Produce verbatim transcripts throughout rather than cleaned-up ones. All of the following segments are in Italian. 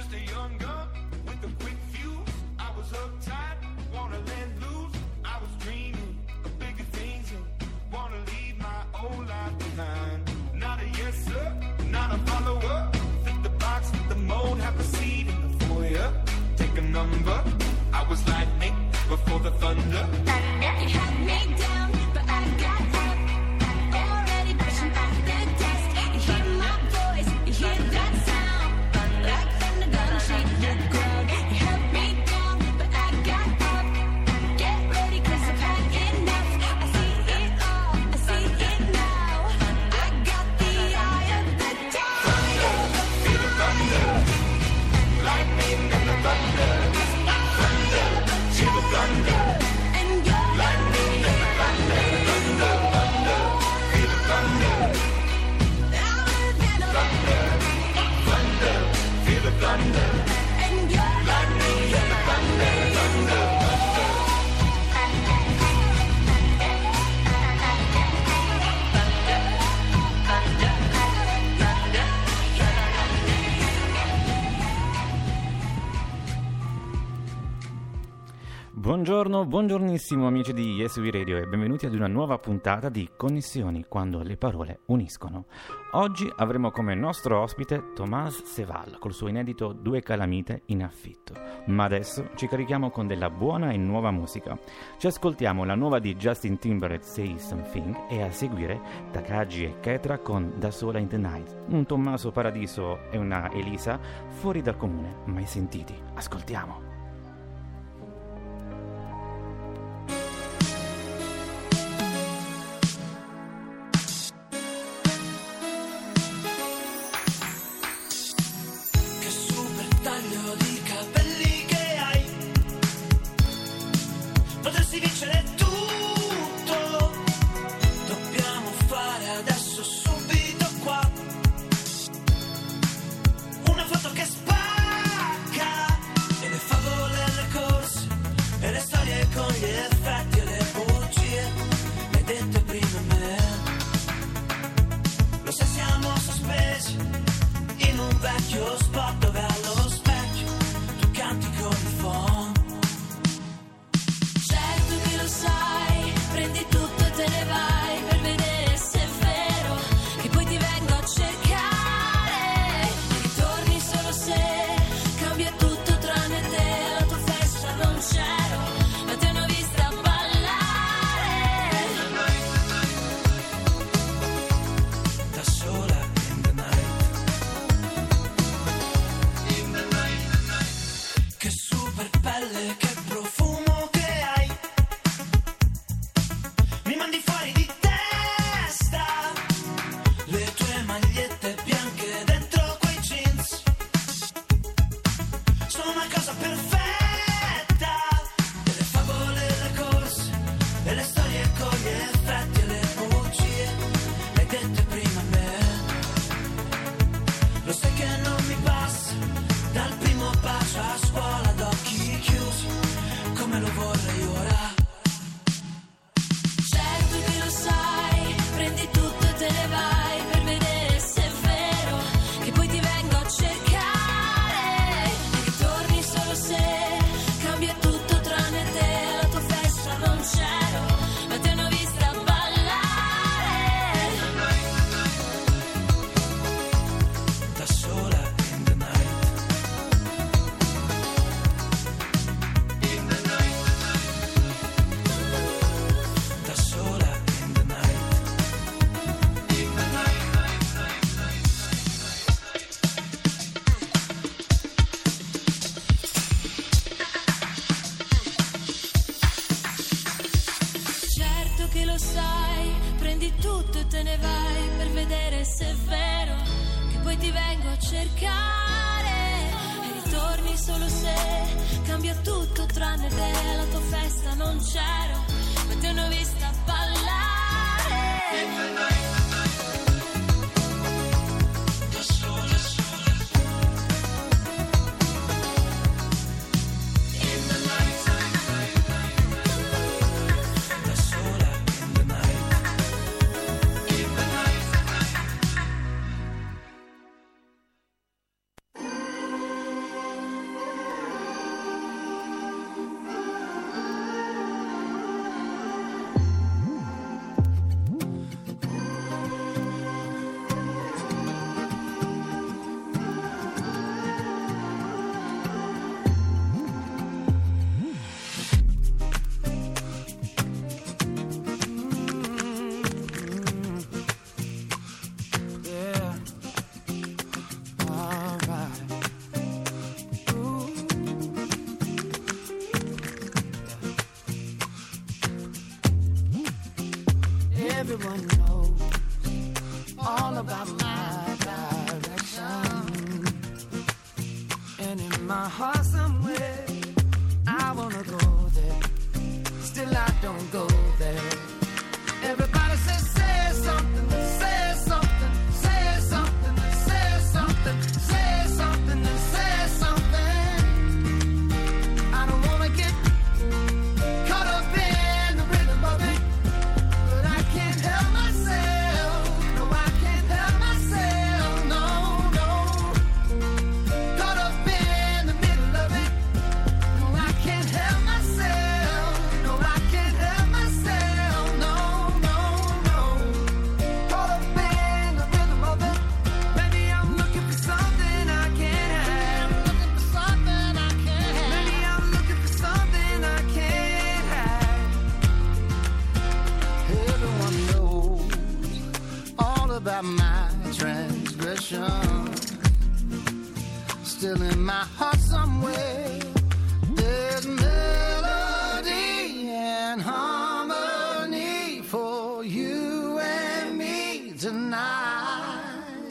just a young gun with a quick fuse. I was uptight, wanna let loose. I was dreaming of bigger things and wanna leave my old life behind. Not a yes sir, not a follower. Fit the box with the mold, have a seat in the foyer. Take a number. I was lightning before the thunder. You had me down, but I got up. Already brushing off the dust. You hear my voice, you hear that sound. Like thunder gonna shake the ground. You held me down, but I got up. Get ready, cause I've had enough. I see it all, I see it now. I got the eye of the tiger. Feel the thunder, lightning and the thunder. Thunder, feel the thunder. And you're Lightning and the thunder, thunder, thunder, feel the thunder. Thunder, thunder, feel the thunder. and you're Lightning and the thunder, thunder, thunder. Buongiorno, buongiornissimo amici di Yes We Radio e benvenuti ad una nuova puntata di Connessioni quando le parole uniscono. Oggi avremo come nostro ospite Thomas Seval col suo inedito Due calamite in affitto. Ma adesso ci carichiamo con della buona e nuova musica. Ci ascoltiamo la nuova di Justin Timberlake Say Something e a seguire Takagi e Ketra con Da sola in the night. Un Tommaso Paradiso e una Elisa fuori dal comune, mai sentiti. Ascoltiamo. Che super taglio di capelli che hai. Potresti vincere tutto. Dobbiamo fare adesso subito qua una foto che spacca. E le favole e le corse e le storie con gli effetti e le bugie. L'hai detto prima me. Lo sai, siamo sospesi in un vecchio spot dove allo specchio tu canti con il phon. certo che lo sai, prendi tutto e te ne vai per vedere se è vero che poi ti vengo a cercare e ritorni solo se cambia tutto tranne te. Alla tua festa non c'ero, ma ti hanno vista ballare. Da sola in the night. Che super pelle, che profumo che hai. Mi mandi fuori di testa. Le tue magliette bianche dentro quei jeans sono una cosa perfetta. E le favole, le corse e le storie con gli effetti e le bugie. L'hai dette prima a me. Lo sai che non mi passa dal primo bacio a scuola ad occhi chiusi come lo vorrei ora. certo che lo sai, prendi tutto e te ne vai per vedere se è vero che poi ti vengo a cercare e ritorni solo se cambia tutto tranne te. Alla tua festa non c'ero, ma ti hanno vista ballare. Da sola in the night. Da sola in the night. certo che lo sai, prendi tutto e te ne vai per vedere se è vero che poi ti vengo a cercare e ritorni solo se cambia tutto tranne te. Alla tua festa non c'ero, ma ti hanno vista ballare. Da sola, sola. In the night. Da sola in the night. In the night. Everyone knows all about my direction. And in my heart somewhere, I wanna go there. Still I don't go there. Everybody says, say something, say something, say something, say something, say something, say something. I don't wanna get caught up in the rhythm of it, but I can't help myself. No, I can't help myself. No, no. Caught up in the middle of it. No, I can't help myself. No, I can't help myself. No, no, no. Caught up in the rhythm of it. Maybe I'm looking for something I can't have. Looking for something I can't have. Maybe I'm looking for something I can't have. Everyone knows all about my transgression. Still in my heart somewhere, there's melody and harmony for you and me tonight.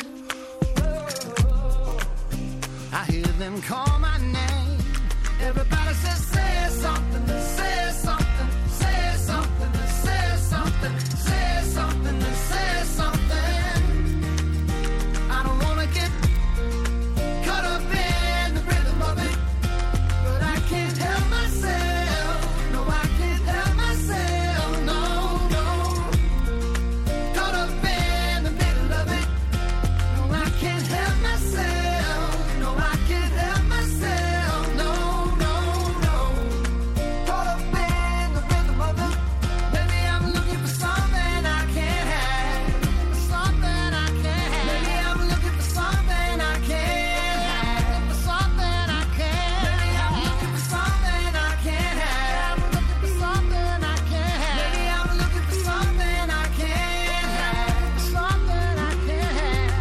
I hear them call my name. Everybody says, say something, say something, say something, say something, say something, say something. I don't wanna get caught up in the rhythm of it, but I can't help myself. No, I can't help myself. No, no. Caught up in the middle of it. No, I can't help myself. No, I can't help myself. No, no, no. Caught up in the rhythm of it. Maybe I'm looking for something I can't have. Something I can't have. Maybe I'm looking for something I can't have. Something I can't. Maybe I'm looking for something I can't have. Looking for something I can't have. Maybe I'm looking for something I can't have. Something I can't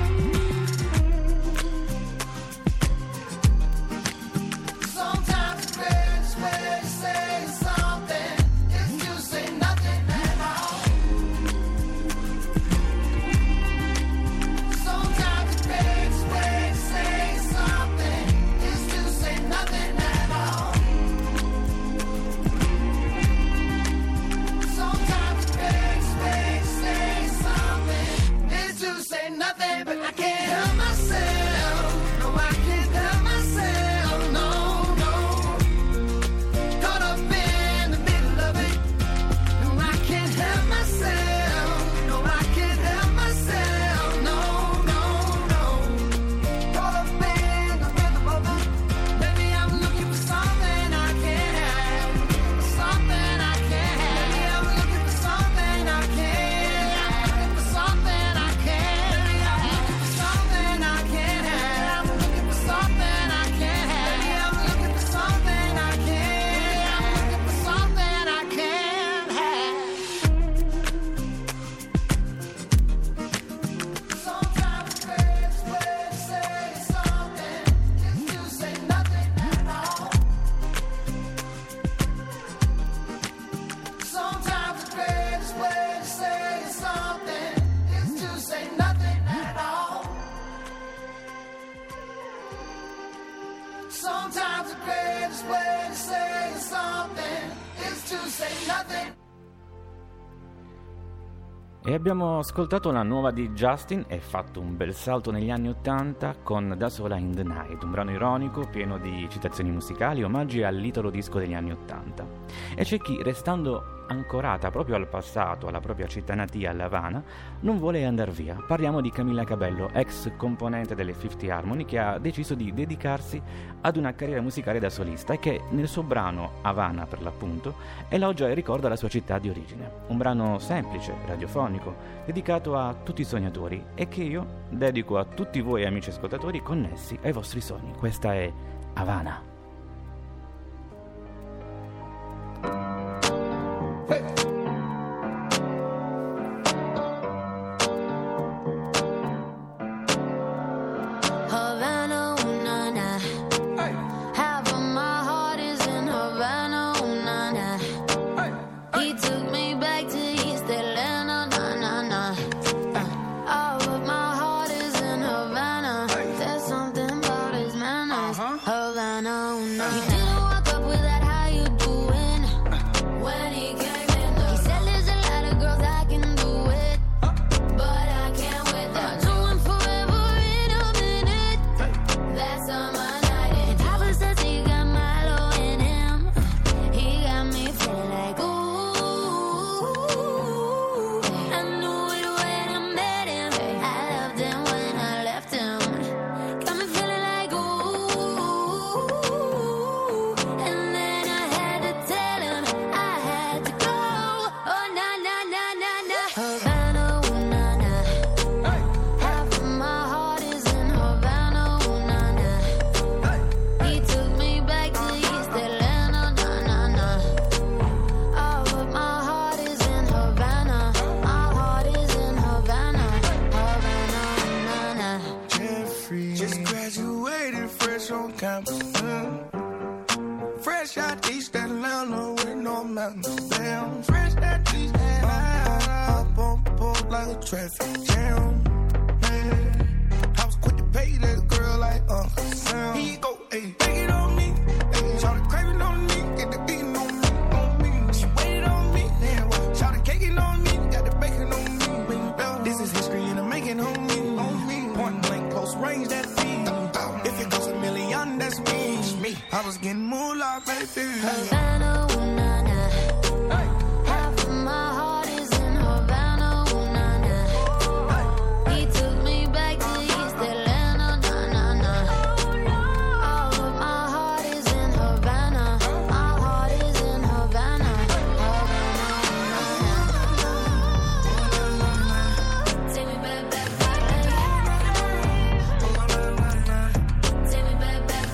have. Sometimes the greatest way to say something is to say nothing at all. Sometimes the greatest way to say something is to say nothing at all. Sometimes the greatest way to say something is to say nothing, but I can't help myself. No, I can't help myself. No, no. Caught up in the middle of it. No, I can't help myself. No, I can't help myself. No, no, no. Caught up in the rhythm of it. Maybe I'm looking for something I can't have. Something I can't have. Maybe I'm looking for something I can't have. Looking for something I can't. Maybe I'm looking for something I can't have. Looking for something I can't have. Maybe I'm looking for something I can't have. Looking for something I can't have. Sometimes the greatest way to say something is to say nothing at all. Sometimes the greatest way to say something is to say nothing at all. Sometimes the greatest way to say something is to say nothing. E abbiamo ascoltato la nuova di Justin e fatto un bel salto negli anni ottanta con Da sola in the night, un brano ironico pieno di citazioni musicali, omaggi all'italo disco degli anni ottanta. E c'è chi, restando ancorata proprio al passato, alla propria città natia, La Habana, non vuole andare via. Parliamo di Camilla Cabello, ex componente delle Fifth Harmony, che ha deciso di dedicarsi ad una carriera musicale da solista e che nel suo brano Havana, per l'appunto, elogia e ricorda la sua città di origine. Un brano semplice, radiofonico, dedicato a tutti i sognatori e che io dedico a tutti voi amici ascoltatori connessi ai vostri sogni. Questa è Havana. Havana, ooh, na, na. Half of my heart is in Havana, ooh, na, na. He took me back to East Atlanta, na, na, Fresh out East Atlanta with no mountains. Damn, fresh out East Atlanta. Up on board like a traffic jam. Man, I was quick to pay that girl like Uncle Sam. Here you go, ayy, take it on me. Ayy, shout the craving on me, get the beating on me, on me. She waited on me, damn, well, shout the caking on me, got the bacon on me. This is history and I'm making on me, on me. Point blank, close range, that feed. If it goes a million, that's me. me. I was getting moolah, baby. Havana, ooh, nah, nah. Hey. Half of my heart is in Havana, ooh, nah, nah. Hey. He took me back to East Atlanta, nah, nah, nah. All of my heart is in Havana. My heart is in Havana. Havana, ooh, nah, nah. Take me back, back, back. Take me back, back, back.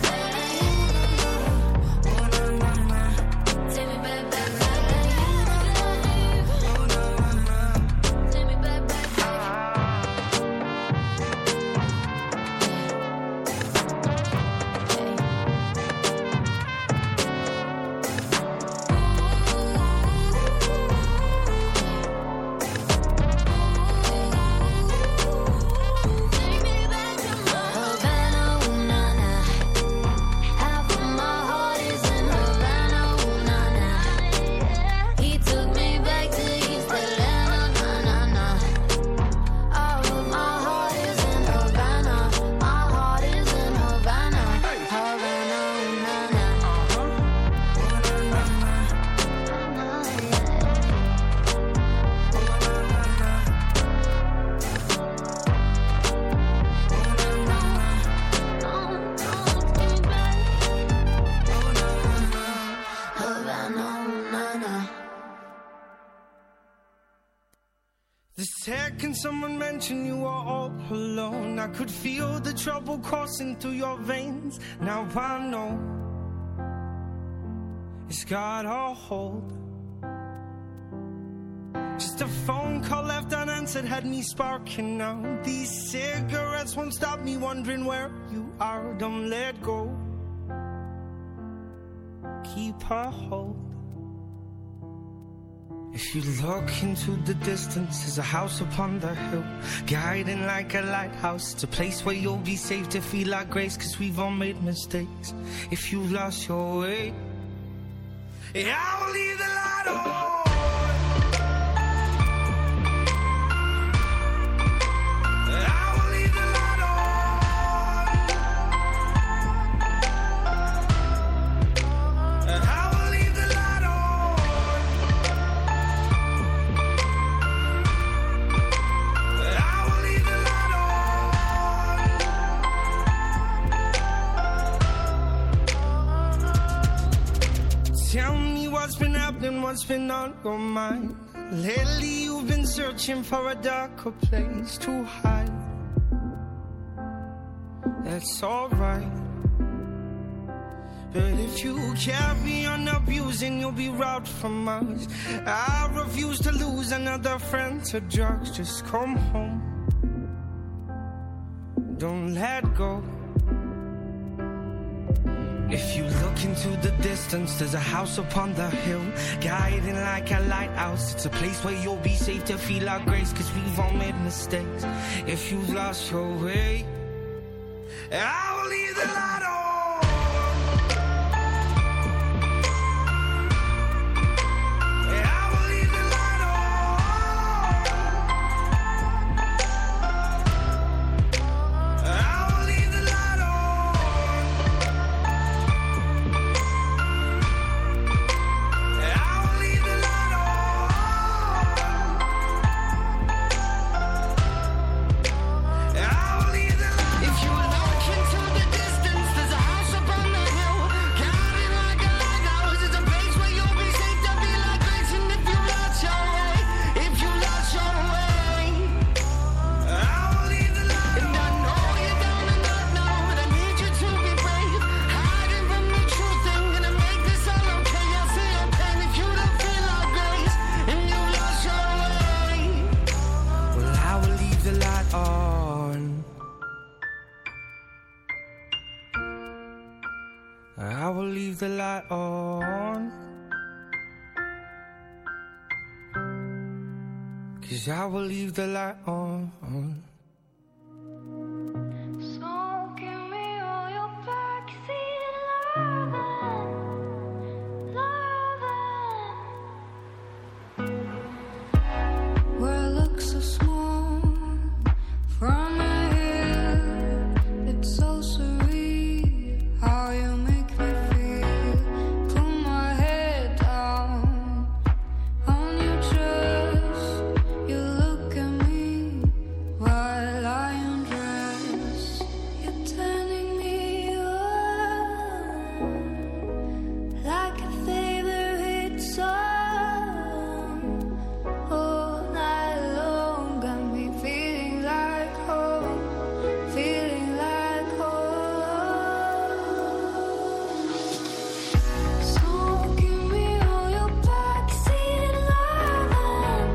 The second someone mentioned you were all alone, I could feel the trouble coursing through your veins. Now I know it's got a hold. Just a phone call left unanswered had me sparking now. These cigarettes won't stop me wondering where you are. Don't let go, keep a hold. If you look into the distance, there's a house upon the hill, guiding like a lighthouse. It's a place where you'll be safe to feel our grace, cause we've all made mistakes. If you've lost your way, yeah, I will leave the light on. Tell me what's been happening, what's been on your mind. Lately you've been searching for a darker place to hide. That's alright, but if you carry on abusing, you'll be robbed from us. I refuse to lose another friend to drugs. Just come home, don't let go. If you look into the distance, there's a house upon the hill, guiding like a lighthouse. It's a place where you'll be safe to feel our grace, cause we've all made mistakes. If you've lost your way, I will leave the light on. If you look into the distance, there's a light on, 'cause I will leave the light on. So give me all your backseat lovin', lovin'. Where it looks so small from here, it's so surreal how you make me feel. Put my head down on your chest, you look at me while I undress. You're turning me on like a favorite hit song. All night long, got me feeling like home, feeling like home. So give me all your backseat lovin',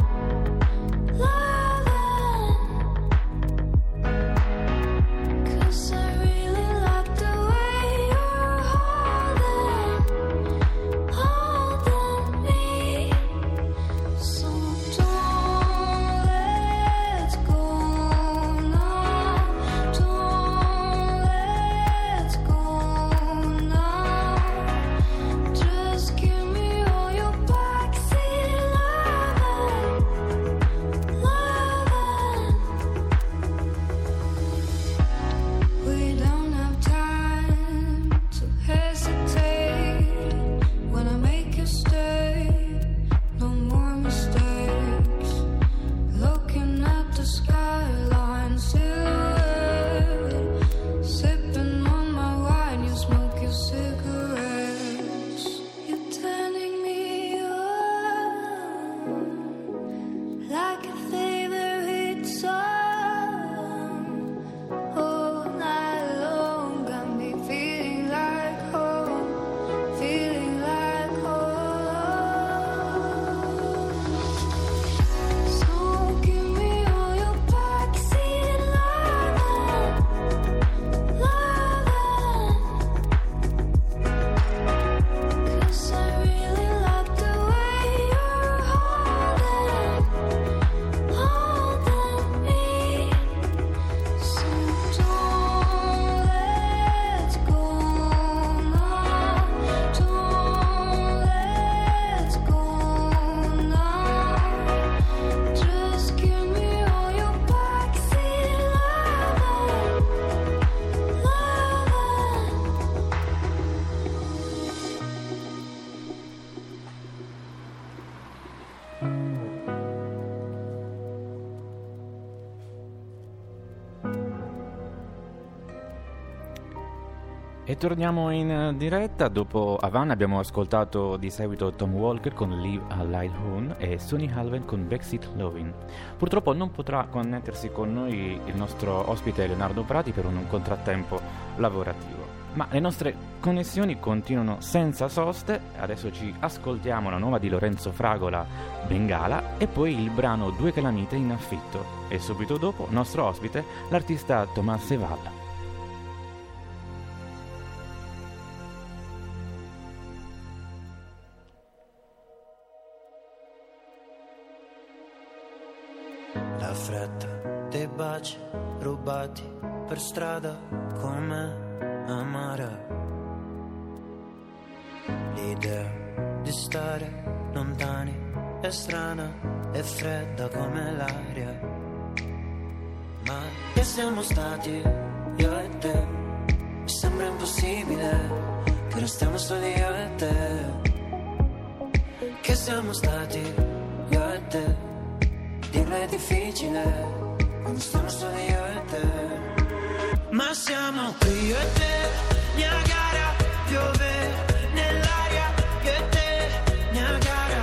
lovin'. 'Cause I really like the way you're holding, holding me. So don't let's go now, don't let's go now. Just give me all your backseat lovin', lovin'. We don't have time to hesitate when I make you stay. No more mistakes. Looking at the skyline silhouette, sipping on my wine, you smoke your cigarettes. You're turning me on like a favorite hit song. All night long, got me feeling like home, feeling like home. So give me all your backseat lovin', lovin'. 'Cause I really like the way you're holding, holding me. So don't let's go now, don't let's go now. Just give me all your backseat lovin', E torniamo in diretta. Dopo Havana abbiamo ascoltato di seguito Tom Walker con Leave a Light On e Sonny Halven con Backseat Lovin'. Purtroppo non potrà connettersi con noi il nostro ospite Leonardo Prati per un contrattempo lavorativo. Ma le nostre connessioni continuano senza soste. Adesso ci ascoltiamo la nuova di Lorenzo Fragola, Bengala, e poi il brano Due calamite in affitto. E subito dopo, nostro ospite, l'artista Thomas Seval. La fretta dei baci rubati per strada come amara. L'idea di stare lontani è strana e fredda come l'aria. Ma che siamo stati io e te? Mi sembra impossibile che restiamo soli io e te. Che siamo stati io e te? Dirlo è difficile quando stiamo soli io e te. Ma siamo qui io e te, Niagara, piove nell'aria, io e te, Niagara.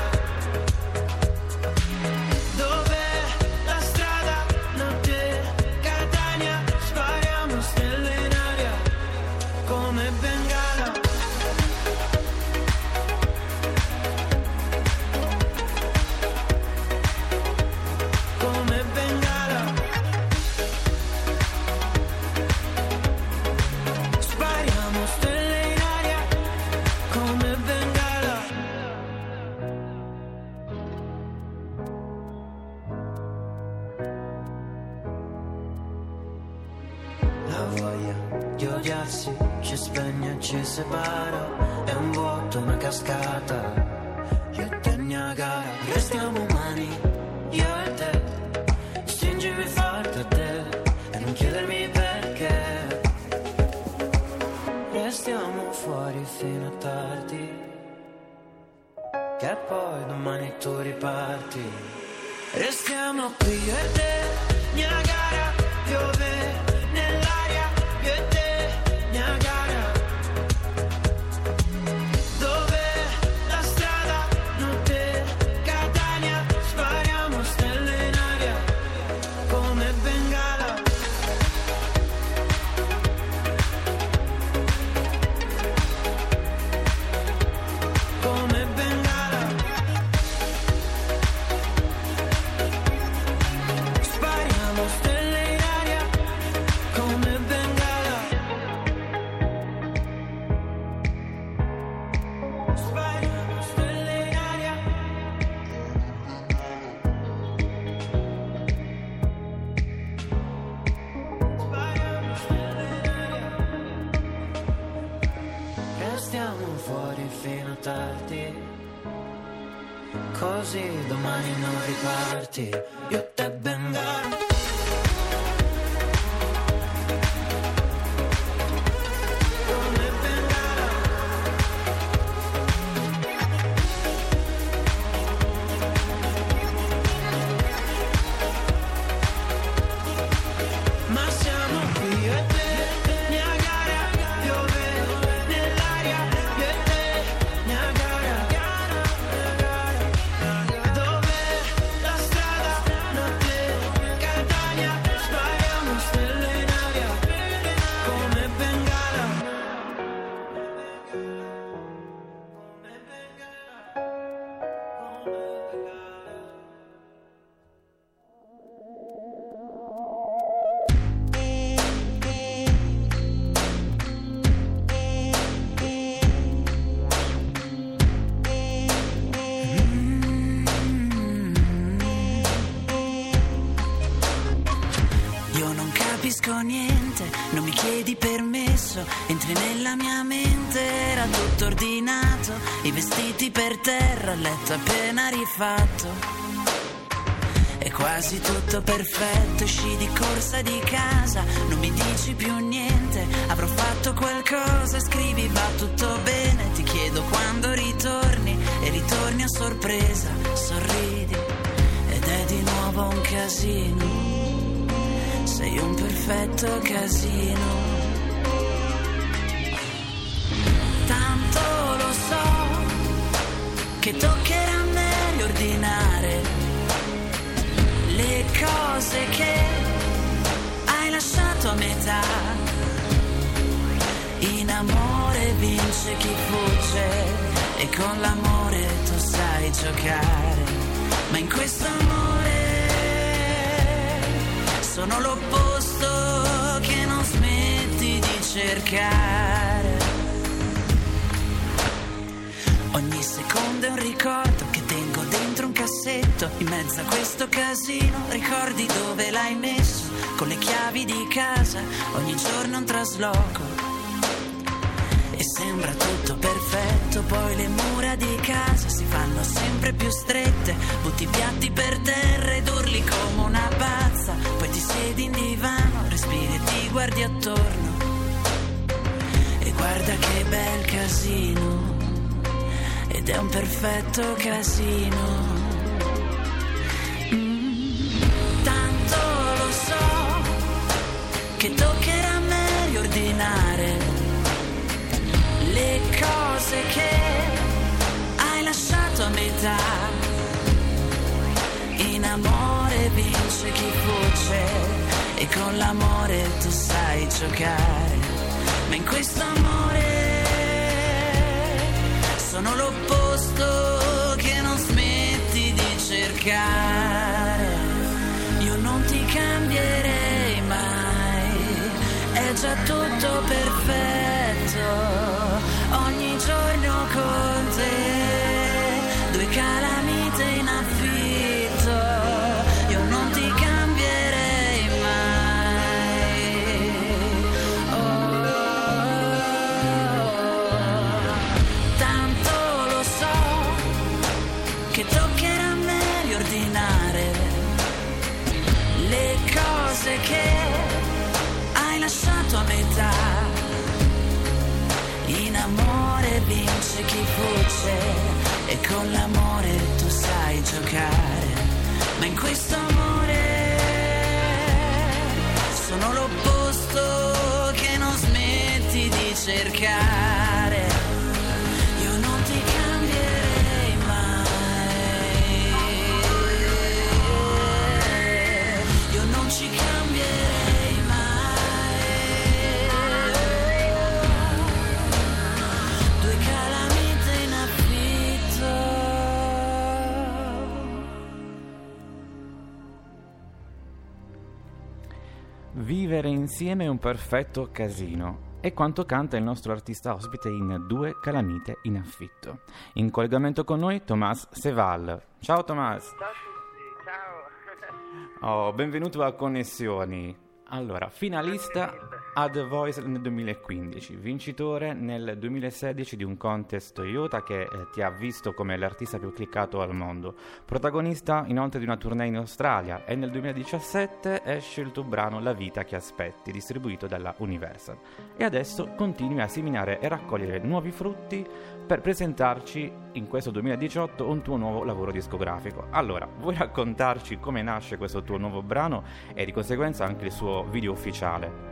Dov'è la strada? Notte, Catania, spariamo stelle in aria come Bengala. Come Bengala. Spariamo stelle in aria come fatto una cascata. Io e te Niagara, restiamo umani, io e te. Stringimi forte a te e non chiedermi perché. Restiamo fuori fino a tardi, che poi domani tu riparti. Restiamo qui io e te, Niagara, piove nell'aria, io e te, Niagara. Dove la strada, notte, Catania, spariamo stelle in aria, come Bengala. Come Bengala. Spariamo stelle in aria, come Bengala. Spariamo stelle in aria. Spariamo stelle in aria. Restiamo fuori fino a tardi, così domani non riparti. Io e te Bengala. Come Bengala. Ma siamo qui io e te, Niagara, piove nell'aria, io e te, Niagara. Dove la strada, notte, Catania, spariamo stelle in aria, come Bengala. Come Io non capisco niente, non mi chiedi permesso, entri nella mia mente, era tutto ordinato, i vestiti per terra, il letto appena rifatto. È quasi tutto perfetto, esci di corsa di casa, non mi dici più niente, avrò fatto qualcosa, scrivi va tutto bene, ti chiedo quando ritorni e ritorni a sorpresa, sorridi ed è di nuovo un casino. Sei un perfetto casino. Tanto lo so che toccherà a me riordinare le cose che hai lasciato a metà. In amore vince chi fugge e con l'amore tu sai giocare, ma in questo amore sono l'opposto che non smetti di cercare. Ogni secondo è un ricordo che tengo dentro un cassetto, in mezzo a questo casino ricordi dove l'hai messo, con le chiavi di casa, ogni giorno un trasloco. E sembra tutto perfetto, poi le mura di casa si fanno sempre più strette, butti i piatti per terra ed urli come una pazza, poi ti siedi in divano, respiri e ti guardi attorno e guarda che bel casino, ed è un perfetto casino. Mm. Tanto lo so che toccherà a me riordinare le cose che hai lasciato a metà. In amore vince chi fugge e con l'amore tu sai giocare, ma in questo amore sono l'opposto che non smetti di cercare. Io non ti cambierei mai, è già tutto perfetto. Ogni giorno con te, due calamite in affitto. Io non ti cambierei mai. Oh, tanto e con l'amore tu sai giocare, ma in questo amore sono l'opposto che non smetti di cercare. Io non ti cambierei mai, io non ci cambierei mai. Due calamite in affitto. Vivere insieme è un perfetto casino. È quanto canta il nostro artista ospite in Due calamite in affitto. In collegamento con noi Thomas Seval. Ciao Thomas. Ciao a tutti, ciao. Oh, benvenuto a Connessioni. Allora, finalista a The Voice nel duemilaquindici, vincitore nel duemilasedici di un contest Toyota che eh, ti ha visto come l'artista più cliccato al mondo, protagonista inoltre di una tournée in Australia, e nel duemiladiciassette esce il tuo brano La vita che aspetti, distribuito dalla Universal. E adesso continui a seminare e raccogliere nuovi frutti per presentarci in questo duemiladiciotto un tuo nuovo lavoro discografico. Allora, vuoi raccontarci come nasce questo tuo nuovo brano e di conseguenza anche il suo video ufficiale?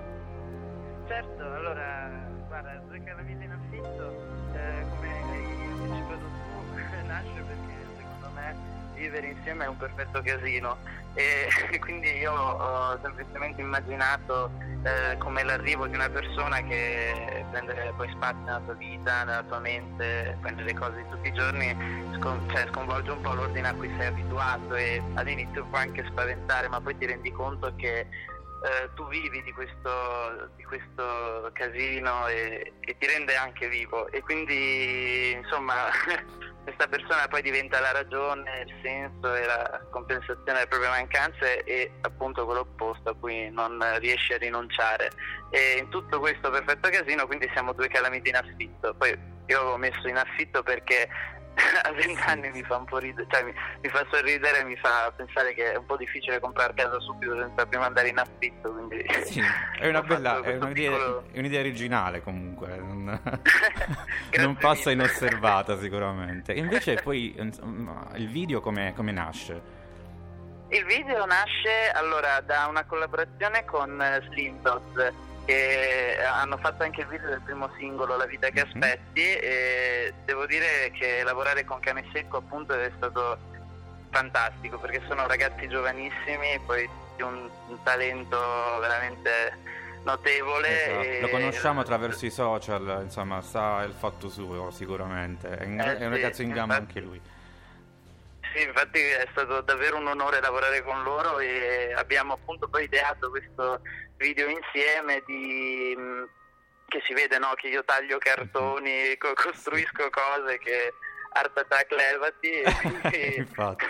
Certo, allora, guarda, Due calamite in affitto, eh, come hai anticipato tu, nasce perché secondo me vivere insieme è un perfetto casino, e quindi io ho semplicemente immaginato eh, come l'arrivo di una persona che prende poi spazio nella tua vita, nella tua mente, prende le cose di tutti i giorni, scon- cioè sconvolge un po' l'ordine a cui sei abituato, e all'inizio può anche spaventare, ma poi ti rendi conto che Uh, tu vivi di questo, di questo casino e, e ti rende anche vivo, e quindi insomma questa persona poi diventa la ragione, il senso e la compensazione delle proprie mancanze, e appunto quell'opposto a cui non riesci a rinunciare. E in tutto questo perfetto casino quindi siamo due calamiti in affitto. Poi io avevo messo in affitto perché a vent'anni mi fa un po' ridere, cioè mi, mi fa sorridere e mi fa pensare che è un po' difficile comprare casa subito senza prima andare in affitto, quindi sì, è una ho bella, fatto è questo un'idea, piccolo- è un'idea originale comunque, non, Grazie non passa mille. inosservata sicuramente. E invece poi insomma, il video come, come nasce? Il video nasce allora da una collaborazione con eh, Slim Dots, che hanno fatto anche il video del primo singolo La vita che aspetti, e devo dire che lavorare con Cane Secco appunto è stato fantastico, perché sono ragazzi giovanissimi, poi di un, un talento veramente notevole. Esatto. E... Lo conosciamo attraverso i social, insomma, sa il fatto suo sicuramente. È, in- Eh, è un sì, ragazzo in gamba infatti. anche lui. Sì, infatti è stato davvero un onore lavorare con loro, e abbiamo appunto poi ideato questo video insieme di mh, che si vede, no, che io taglio cartoni, co- costruisco cose, che Art Attack levati, e quindi Infatti.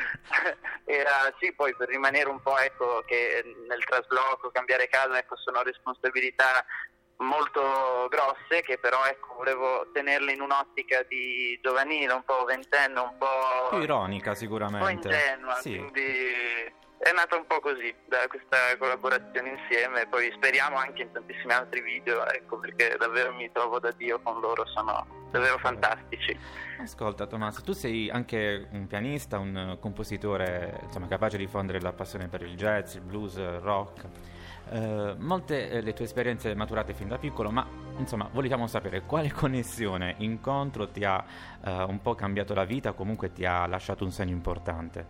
era sì, poi per rimanere un po', ecco, che nel trasloco, cambiare casa, ecco, sono responsabilità molto grosse, che però ecco volevo tenerle in un'ottica di giovanile, un po' ventenne, un po' Più ironica un po' sicuramente. ingenua, Sì. quindi è nata un po' così da questa collaborazione insieme. Poi speriamo anche in tantissimi altri video, ecco, perché davvero mi trovo da Dio con loro, sono davvero fantastici. Ascolta Tommaso, tu sei anche un pianista, un compositore, insomma, capace di diffondere la passione per il jazz, il blues, il rock. Eh, molte eh, le tue esperienze maturate fin da piccolo, ma insomma vogliamo sapere quale connessione, incontro ti ha eh, un po' cambiato la vita, o comunque ti ha lasciato un segno importante.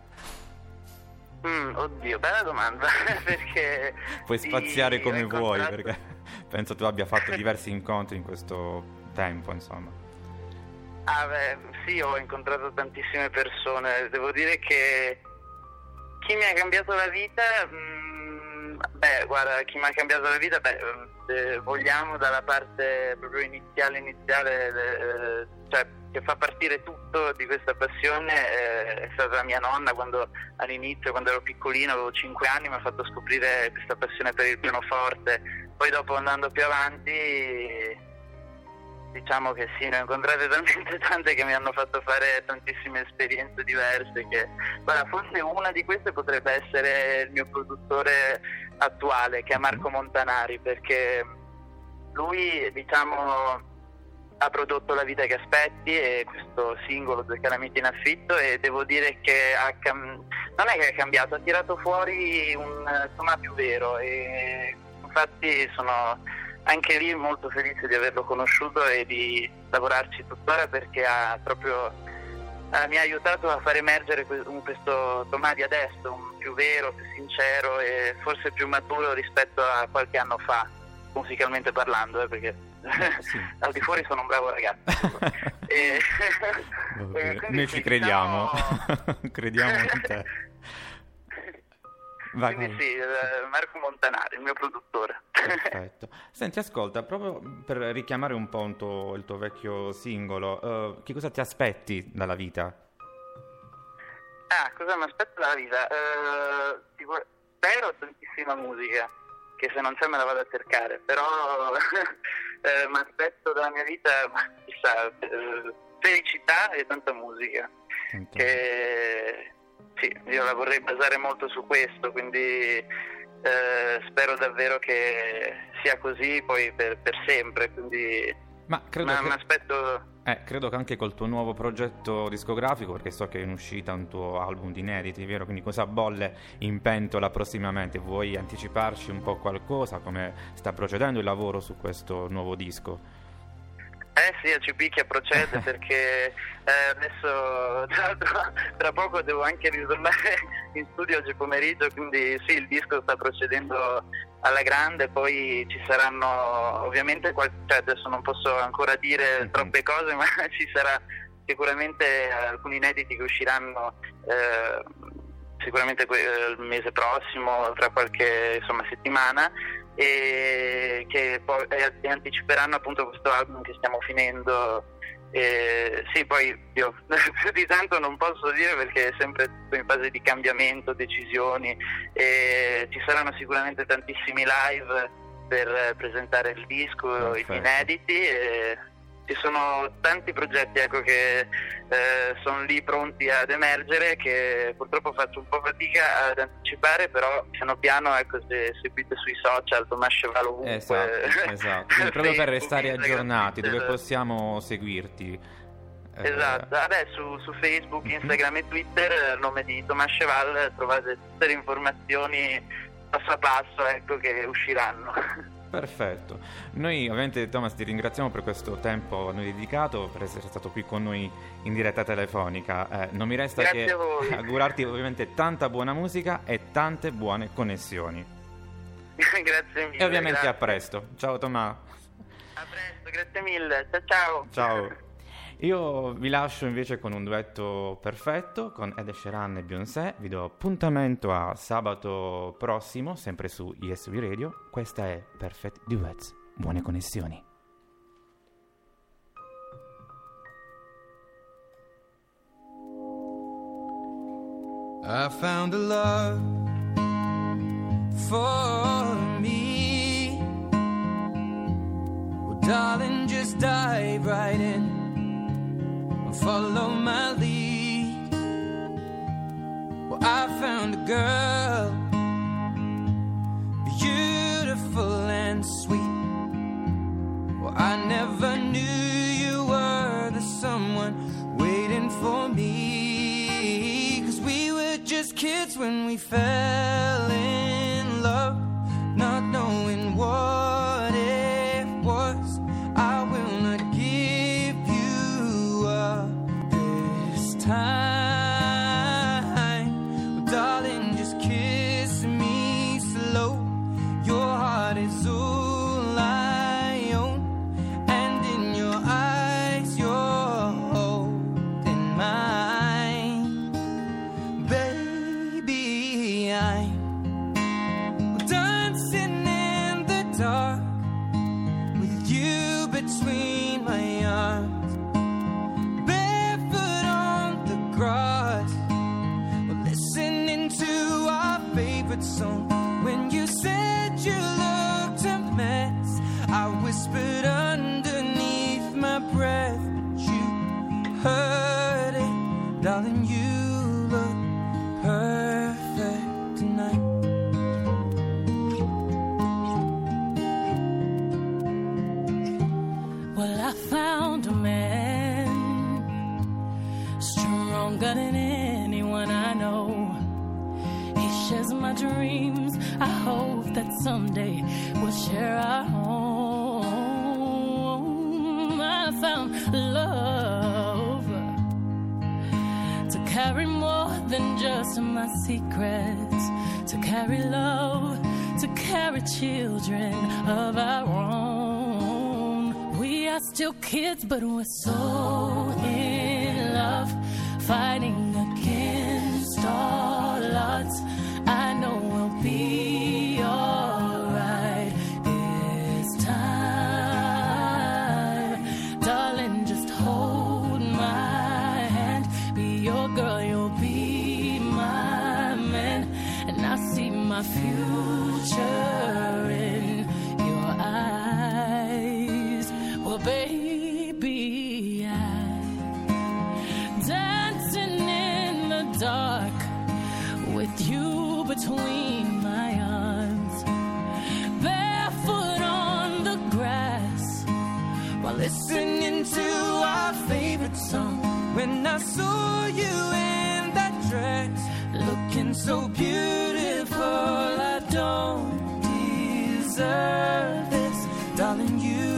Mm, oddio, bella domanda, perché Puoi sì, spaziare ho come vuoi, incontrato- perché penso tu abbia fatto diversi incontri in questo tempo, insomma. Ah, beh, sì, ho incontrato tantissime persone. Devo dire che chi mi ha cambiato la vita, mh, beh, guarda, chi mi ha cambiato la vita, beh, se vogliamo dalla parte proprio iniziale, iniziale, eh, cioè che fa partire tutto di questa passione, eh, è stata la mia nonna. Quando all'inizio, quando ero piccolino, avevo cinque anni, mi ha fatto scoprire questa passione per il pianoforte. Poi dopo, andando più avanti, diciamo che sì, ne ho incontrate talmente tante che mi hanno fatto fare tantissime esperienze diverse, che guarda, forse una di queste potrebbe essere il mio produttore attuale, che è Marco Montanari, perché lui, diciamo, ha prodotto La vita che aspetti e questo singolo Due calamiti in affitto, e devo dire che ha cam- non è che ha cambiato, ha tirato fuori un Tomà più vero, e infatti sono anche lì molto felice di averlo conosciuto e di lavorarci tuttora, perché ha proprio eh, mi ha aiutato a far emergere que- un- questo Tomà di adesso, un più vero, più sincero e forse più maturo rispetto a qualche anno fa, musicalmente parlando, eh, perché Sì. al di fuori sono un bravo ragazzo. e, e quindi Noi sì, ci crediamo, diciamo- crediamo in te. Vai, quindi vai. sì, eh, Marco Montanari, il mio produttore. Perfetto. Senti, ascolta, proprio per richiamare un po' un tuo- il tuo vecchio singolo, eh, che cosa ti aspetti dalla vita? Ah, cosa mi aspetto dalla vita? Eh, sicur- spero tantissima musica, che se non c'è me la vado a cercare, però eh, mi aspetto dalla mia vita, ma chissà, eh, felicità e tanta musica. Tanto- Che sì, io la vorrei basare molto su questo, quindi eh, spero davvero che sia così poi per, per sempre, quindi Ma credo ma che... mi aspetto. Eh, credo che anche col tuo nuovo progetto discografico, perché so che è in uscita un tuo album di inediti, vero? Quindi cosa bolle in pentola prossimamente? Vuoi anticiparci un po' qualcosa? Come sta procedendo il lavoro su questo nuovo disco? Eh sì, ci picchia, procede perché eh, adesso tra l'altro tra poco devo anche ritornare in studio oggi pomeriggio, quindi sì, il disco sta procedendo alla grande, poi ci saranno ovviamente qual- cioè adesso non posso ancora dire troppe cose, ma ci sarà sicuramente alcuni inediti che usciranno eh, sicuramente que- il mese prossimo, tra qualche insomma settimana, e che poi e, e anticiperanno appunto questo album che stiamo finendo. E, sì, poi io più di tanto non posso dire perché è sempre tutto in fase di cambiamento, decisioni, e ci saranno sicuramente tantissimi live per eh, presentare il disco, Perfetto. gli inediti, e ci sono tanti progetti, ecco, che eh, sono lì pronti ad emergere, che purtroppo faccio un po' fatica ad anticipare, però piano piano, ecco, se seguite sui social Tomás Cheval ovunque. Esatto, esatto. Quindi proprio per Facebook, restare Instagram, aggiornati, dove esatto. possiamo seguirti? Eh, Esatto, vabbè, su, su Facebook, Instagram e Twitter, a nome di Tomás Cheval, trovate tutte le informazioni passo a passo, ecco, che usciranno. Perfetto. Noi ovviamente, Thomas, ti ringraziamo per questo tempo a noi dedicato, per essere stato qui con noi in diretta telefonica. Eh, non mi resta Grazie che a voi. augurarti ovviamente tanta buona musica e tante buone connessioni. Grazie mille. E ovviamente grazie. a presto. Ciao Tomás. A presto, grazie mille. Ciao ciao. Ciao. Io vi lascio invece con un duetto perfetto con Ed Sheeran e Beyoncé. Vi do appuntamento a sabato prossimo, sempre su E S V Radio. Questa è Perfect Duets. Buone connessioni. I found a love for me. Well, darling, just dive right in and follow my lead. Well, I found a girl, beautiful and sweet. Well, I never knew you were the someone waiting for me. 'Cause we were just kids when we fell in love, not knowing what it was. I will not give you up this time. Well, darling, just kiss me slow. Your heart is all I own, and in your eyes you're holding mine. Baby, I'm dancing in the dark with you between my arms, barefoot on the grass, listening to our favorite song. When you said you looked a mess, I whispered underneath my breath, but you heard it. Darling, you look perfect tonight. Well, I found stronger than anyone I know. He shares my dreams. I hope that someday we'll share our home. I found love to carry more than just my secrets, to carry love, to carry children of our own. We are still kids, but we're so in love, fighting against all odds. I know we'll be alright this time. Darling, just hold my hand. Be your girl, you'll be my man. And I see my future in your eyes. Well, baby, I'm dancing in the dark with you between my arms, barefoot on the grass while listening to our favorite song. When I saw you in that dress, looking so beautiful, I don't deserve this, darling. You